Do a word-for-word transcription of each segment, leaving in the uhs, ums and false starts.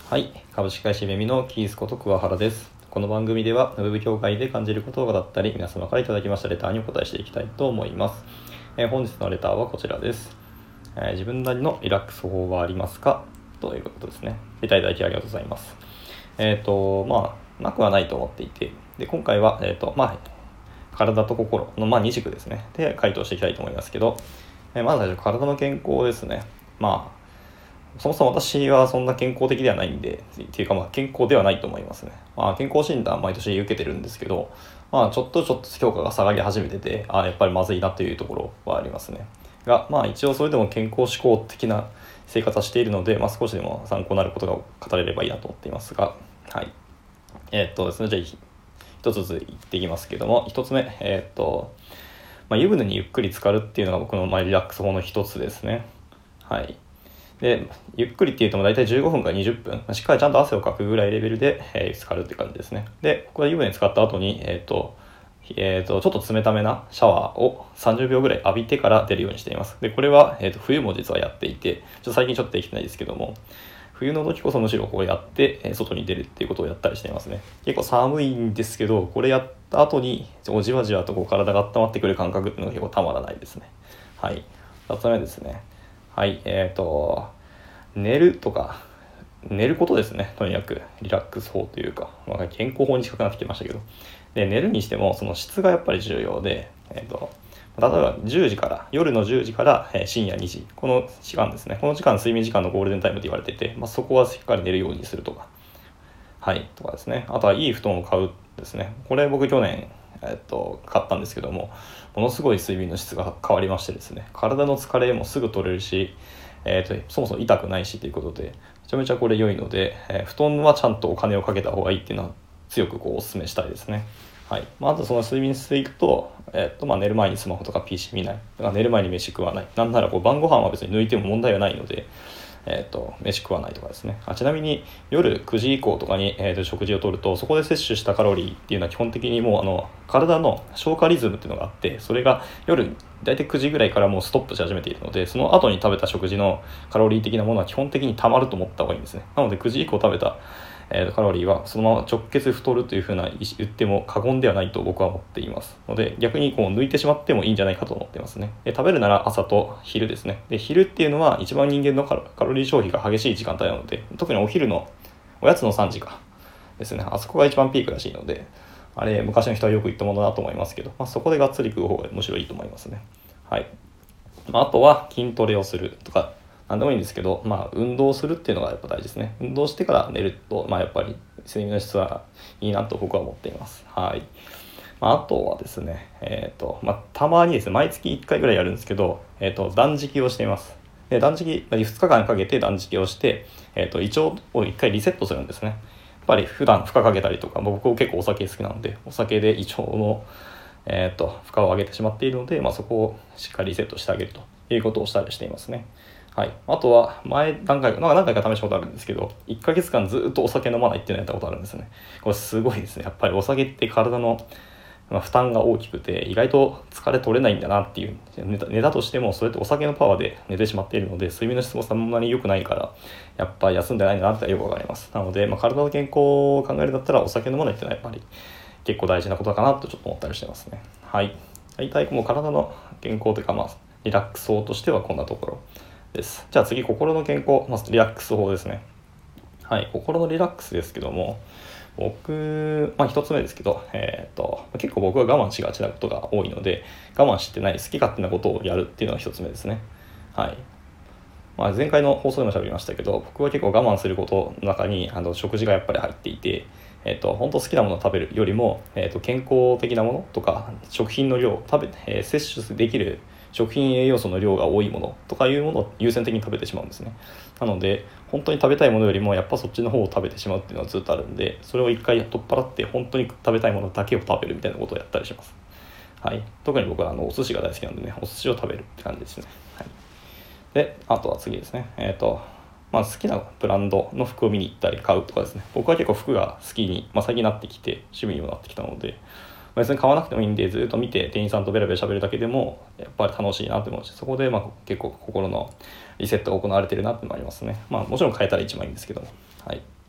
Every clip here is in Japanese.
はい、株式会社メミのキースこと桑原です。この番組ではウェブ業界で感じることだったり、皆様からいただきましたレターにお答えしていきたいと思います。えー、本日のレターはこちらです、えー。自分なりのリラックス方法はありますかということですね。レターいただきありがとうございます。えっ、ー、と、まあ、なくはないと思っていて、で今回は、えっ、ー、と、まあ、体と心の、まあ、に軸ですね。で、回答していきたいと思いますけど、えー、まず最初、体の健康ですね。まあそもそも私はそんな健康的ではないんで、っていうかまあ健康ではないと思いますね。まあ健康診断毎年受けてるんですけど、まあちょっとちょっと評価が下がり始めてて、ああやっぱりまずいなというところはありますね。が、まあ一応それでも健康志向的な生活はしているので、まあ少しでも参考になることが語れればいいなと思っていますが、はい。えー、っとですね、じゃあ一つずつ言っていきますけども、一つ目、えー、っと、まあ湯船にゆっくり浸かるっていうのが僕のまあリラックス法の一つですね。はい。でゆっくりって言っても大体じゅうごふんからにじゅっぷん、しっかりちゃんと汗をかくぐらいレベルで、えー、浸かるって感じですね。でこれ湯船使った後に、えーとえー、とちょっと冷ためなシャワーをさんじゅうびょうぐらい浴びてから出るようにしています。でこれは、えー、と冬も実はやっていて、ちょっと最近ちょっとできてないですけども、冬の時こそむしろこうやって外に出るっていうことをやったりしていますね。結構寒いんですけど、これやった後にじわじわとこう体が温まってくる感覚っていうのが結構たまらないですね。はい。ふたつめですね。はい、えっ、ー、と、寝るとか、寝ることですね。とにかくリラックス法というか、まあ、健康法に近くなってきましたけど。で、寝るにしても、その質がやっぱり重要で、えっ、ー、と、例えばじゅうじから、夜のじゅうじから深夜にじ、この時間ですね。この時間睡眠時間のゴールデンタイムと言われていて、まあ、そこはしっかり寝るようにするとか、はい、とかですね。あとはいい布団を買うですね。これ僕去年、えっと、買ったんですけども、ものすごい睡眠の質が変わりましてですね、体の疲れもすぐ取れるし、えっと、そもそも痛くないしということで、めちゃめちゃこれ良いので、えー、布団はちゃんとお金をかけた方がいいっていうのは強くこうお勧めしたいですね。はい。まあ、あとその睡眠していくと、えっと、まあ寝る前にスマホとか ピーシー 見ない。だから寝る前に飯食わない。なんならこう晩ご飯は別に抜いても問題はないので、えーと、飯食わないとかですね。あちなみに夜くじ以降とかに、えーと、食事をとると、そこで摂取したカロリーっていうのは基本的にもうあの体の消化リズムっていうのがあって、それが夜大体くじぐらいからもうストップし始めているので、その後に食べた食事のカロリー的なものは基本的に溜まると思った方がいいんですね。なのでくじ以降食べたえー、カロリーはそのまま直結太るというふうな言っても過言ではないと僕は思っていますので、逆にこう抜いてしまってもいいんじゃないかと思っていますね。で食べるなら朝と昼ですね。で昼っていうのは一番人間のカロリー消費が激しい時間帯なので、特にお昼のおやつのさんじかですね、あそこが一番ピークらしいので、あれ昔の人はよく言ったものだと思いますけど、まあ、そこでがっつり食う方がむしろいいと思いますね。はい。あとは筋トレをするとか何でもいいんですけど、まあ、運動するっていうのがやっぱ大事ですね。運動してから寝ると、まあ、やっぱり睡眠の質はいいなと僕は思っています。はい。まあ、あとはですね、えっ、ー、と、まあ、たまにですね、毎月いっかいぐらいやるんですけど、えっ、ー、と、断食をしています。で、断食、ふつかかんかけて断食をして、えっ、ー、と、胃腸をいっかいリセットするんですね。やっぱり普段負荷かけたりとか、僕結構お酒好きなので、お酒で胃腸の、えっ、と、負荷を上げてしまっているので、まあ、そこをしっかりリセットしてあげるということをしたりしていますね。はい、あとは前何回か何回か試したことあるんですけど、いっかげつかんずっとお酒飲まないっていうのをやったことあるんですね。これすごいですね。やっぱりお酒って体の負担が大きくて、意外と疲れ取れないんだなっていう、寝た、寝たとしてもそれってお酒のパワーで寝てしまっているので、睡眠の質もそんなに良くないから、やっぱ休んでないんだなってよくわかります。なので、まあ、体の健康を考えるんだったらお酒飲まないっていうのはやっぱり結構大事なことかなとちょっと思ったりしてますね。はい。大体もう体の健康というか、まあリラックス法としてはこんなところです。じゃあ次、心の健康、まあ、リラックス法ですね。はい、心のリラックスですけども、僕、まあ一つ目ですけど、えっと、結構僕は我慢しがちなことが多いので、我慢してない好き勝手なことをやるっていうのが一つ目ですね。はい。まあ、前回の放送でも喋りましたけど、僕は結構我慢することの中にあの食事がやっぱり入っていて、えっと、本当好きなものを食べるよりも、えっと、健康的なものとか食品の量、食べ、えー、摂取できる食品栄養素の量が多いものとかいうものを優先的に食べてしまうんですね。なので本当に食べたいものよりもやっぱそっちの方を食べてしまうっていうのはずっとあるんで、それを一回取っ払って本当に食べたいものだけを食べるみたいなことをやったりします。はい、特に僕はあのお寿司が大好きなんでね、お寿司を食べるって感じですね。はい、であとは次ですね、えっとまあ、好きなブランドの服を見に行ったり買うとかですね。僕は結構服が好きに、まあ、最近なってきて趣味にもなってきたので、別に買わなくてもいいんで、ずっと見て店員さんとベラベラ喋るだけでもやっぱり楽しいなって思うし、そこでまあ結構心のリセットが行われているなってのもありますね。まあもちろん変えたら一番いいんですけども。はい。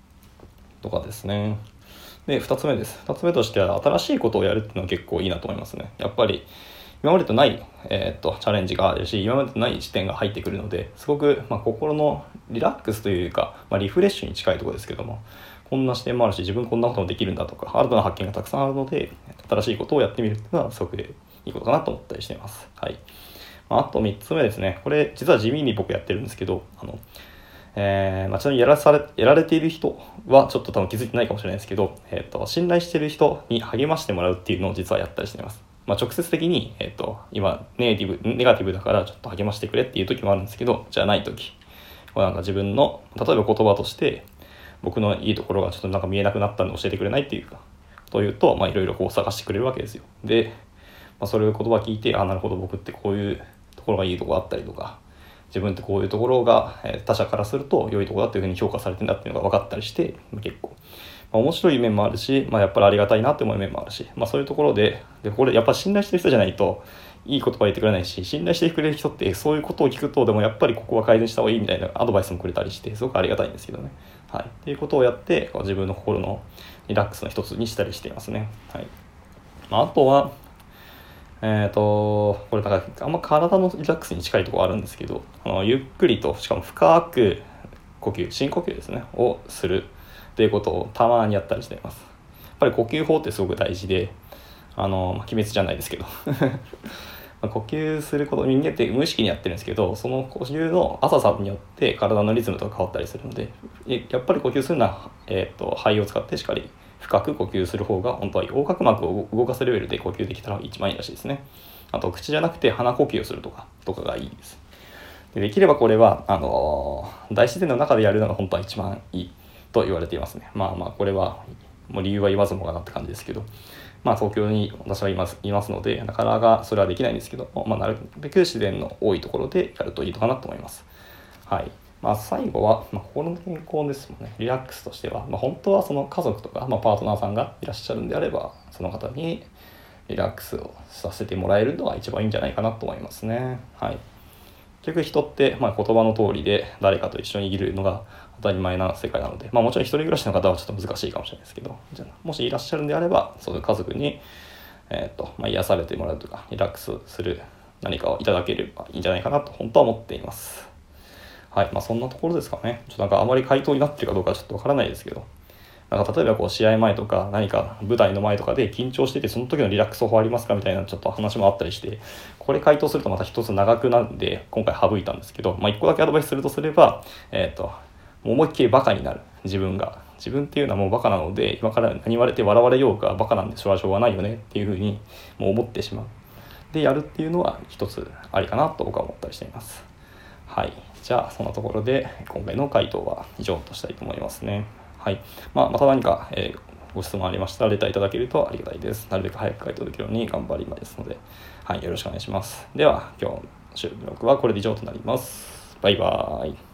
とかですね。で、ふたつめです。ふたつめとしては、新しいことをやるっていうのは結構いいなと思いますね。やっぱり、今までとない、えー、っとチャレンジがあるし、今までとない視点が入ってくるので、すごく、まあ、心のリラックスというか、まあ、リフレッシュに近いところですけども、こんな視点もあるし、自分こんなこともできるんだとか、新たな発見がたくさんあるので、新しいことをやってみるっていうのはすごくいいことかなと思ったりしています。はい。まあ、あとみっつめですね。これ、実は地味に僕やってるんですけど、あの、えーまあ、ちなみにやらされやられている人はちょっと多分気づいてないかもしれないですけど、えー、と信頼している人に励ましてもらうっていうのを実はやったりしています。まあ、直接的に、えー、と今ネガティブネガティブだからちょっと励ましてくれっていう時もあるんですけど、じゃない時これなんか自分の例えば言葉として僕のいいところがちょっとなんか見えなくなったので教えてくれないっていうかというと、まあいろいろこう探してくれるわけですよ。で、まあ、それを言葉聞いて、あなるほど僕ってこういうところがいいところあったりとか、自分ってこういうところが他者からすると良いところだというふうに評価されてるんだっていうのが分かったりして、結構、まあ、面白い面もあるし、まあ、やっぱりありがたいなって思う面もあるし、まあ、そういうところで、でこれやっぱ信頼してる人じゃないといい言葉言ってくれないし、信頼してくれる人ってそういうことを聞くと、でもやっぱりここは改善した方がいいみたいなアドバイスもくれたりして、すごくありがたいんですけどね。はい。っていうことをやって、自分の心のリラックスの一つにしたりしていますね。はい。まあ、あとは、えーと、これだからあんま体のリラックスに近いところあるんですけど、あのゆっくりとしかも深く呼吸、深呼吸ですねをするということをたまにやったりしています。やっぱり呼吸法ってすごく大事で、あの鬼滅じゃないですけど呼吸すること、人間って無意識にやってるんですけど、その呼吸の浅さによって体のリズムとか変わったりするので、やっぱり呼吸するのは、えーと、肺を使ってしっかり深く呼吸する方が本当は横隔膜を動かすレベルで呼吸できたら一番いいらしいですね。あと口じゃなくて鼻呼吸をするとかとかがいいです。で、できればこれはあのー、大自然の中でやるのが本当は一番いいと言われていますね。まあまあこれはもう理由は言わずもがなって感じですけど、まあ東京に私はいますいますので、なかなかそれはできないんですけど、まあ、なるべく自然の多いところでやるといいのかなと思います。はい。まあ、最後は、まあ、心の健康ですもんね。リラックスとしては、まあ、本当はその家族とか、まあ、パートナーさんがいらっしゃるんであれば、その方にリラックスをさせてもらえるのが一番いいんじゃないかなと思いますね。はい。結局人って、まあ、言葉の通りで誰かと一緒にいるのが当たり前な世界なので、まあ、もちろん一人暮らしの方はちょっと難しいかもしれないですけど、じゃあもしいらっしゃるんであれば、そういう家族に、えーとまあ、癒されてもらうとか、リラックスする何かをいただければいいんじゃないかなと本当は思っています。はい、まあそんなところですかね。ちょっとなんかあまり回答になってるかどうかちょっとわからないですけど、なんか例えばこう試合前とか何か舞台の前とかで緊張してて、その時のリラックス法ありますかみたいなちょっと話もあったりして、これ回答するとまた一つ長くなるんで今回省いたんですけど、まあ一個だけアドバイスするとすれば、えっともう思いっきりバカになる。自分が自分っていうのはもうバカなので、今から何言われて笑われようがバカなんでしょうがしょうがないよねっていうふうにもう思ってしまうでやるっていうのは一つありかなと僕は思ったりしています。はい、じゃあそんなところで今回の回答は以上としたいと思いますね。はい、まあ、また何か、えー、ご質問ありましたらレターいただけるとありがたいです。なるべく早く回答できるように頑張りますので、はい、よろしくお願いします。では今日の収録はこれで以上となります。バイバーイ。